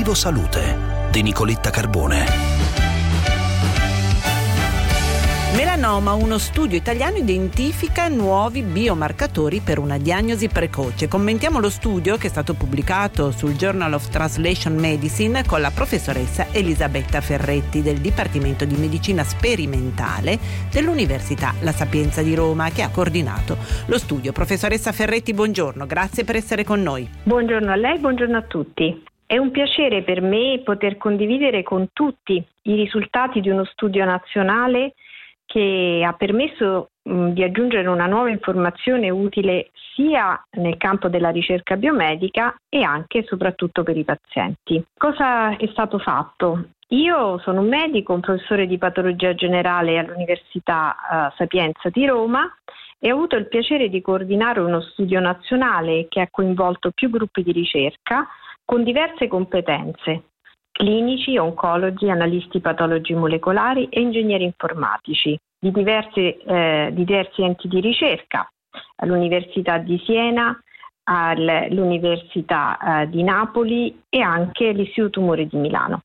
Obiettivo Salute di Nicoletta Carbone. Melanoma, uno studio italiano identifica nuovi biomarcatori per una diagnosi precoce. Commentiamo lo studio che è stato pubblicato sul Journal of Translation Medicine con la professoressa Elisabetta Ferretti del Dipartimento di Medicina Sperimentale dell'Università La Sapienza di Roma, che ha coordinato lo studio. Professoressa Ferretti, buongiorno, grazie per essere con noi. Buongiorno a lei, buongiorno a tutti. È un piacere per me poter condividere con tutti i risultati di uno studio nazionale che ha permesso di aggiungere una nuova informazione utile sia nel campo della ricerca biomedica e anche e soprattutto per i pazienti. Cosa è stato fatto? Io sono un medico, un professore di patologia generale all'Università Sapienza di Roma e ho avuto il piacere di coordinare uno studio nazionale che ha coinvolto più gruppi di ricerca con diverse competenze: clinici, oncologi, analisti patologi molecolari e ingegneri informatici di diversi enti di ricerca, all'Università di Siena, all'Università di Napoli e anche l'Istituto Tumori di Milano.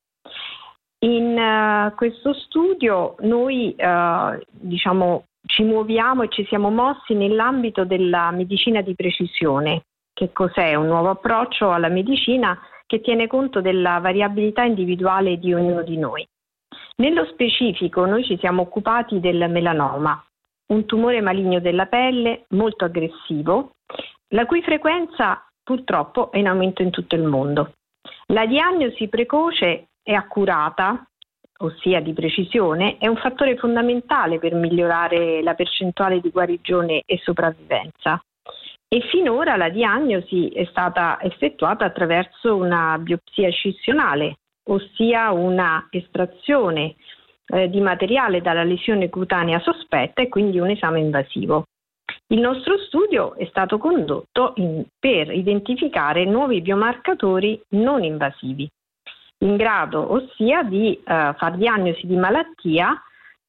In questo studio noi ci muoviamo e ci siamo mossi nell'ambito della medicina di precisione. Che cos'è? Un nuovo approccio alla medicina che tiene conto della variabilità individuale di ognuno di noi. Nello specifico noi ci siamo occupati del melanoma, un tumore maligno della pelle molto aggressivo, la cui frequenza purtroppo è in aumento in tutto il mondo. La diagnosi precoce e accurata, ossia di precisione, è un fattore fondamentale per migliorare la percentuale di guarigione e sopravvivenza. E finora la diagnosi è stata effettuata attraverso una biopsia scissionale, ossia una estrazione di materiale dalla lesione cutanea sospetta e quindi un esame invasivo. Il nostro studio è stato condotto per identificare nuovi biomarcatori non invasivi, in grado ossia di far diagnosi di malattia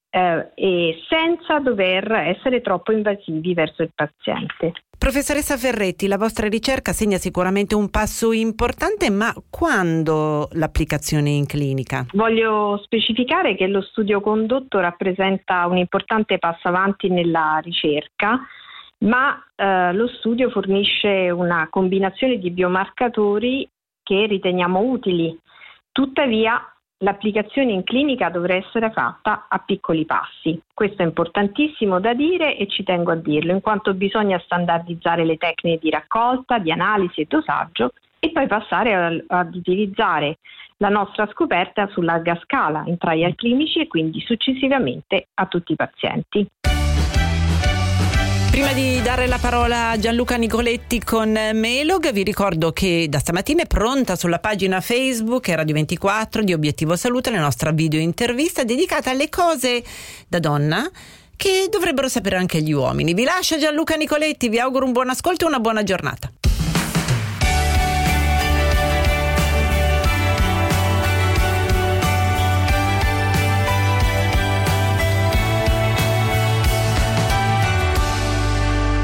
e senza dover essere troppo invasivi verso il paziente. Professoressa Ferretti, la vostra ricerca segna sicuramente un passo importante, ma quando l'applicazione in clinica? Voglio specificare che lo studio condotto rappresenta un importante passo avanti nella ricerca, ma lo studio fornisce una combinazione di biomarcatori che riteniamo utili. Tuttavia, l'applicazione in clinica dovrà essere fatta a piccoli passi. Questo è importantissimo da dire e ci tengo a dirlo, in quanto bisogna standardizzare le tecniche di raccolta, di analisi e dosaggio e poi passare ad utilizzare la nostra scoperta su larga scala in trial clinici e quindi successivamente a tutti i pazienti. Prima di dare la parola a Gianluca Nicoletti con Melog, vi ricordo che da stamattina è pronta sulla pagina Facebook Radio 24 di Obiettivo Salute la nostra video intervista dedicata alle cose da donna che dovrebbero sapere anche gli uomini. Vi lascio Gianluca Nicoletti, vi auguro un buon ascolto e una buona giornata.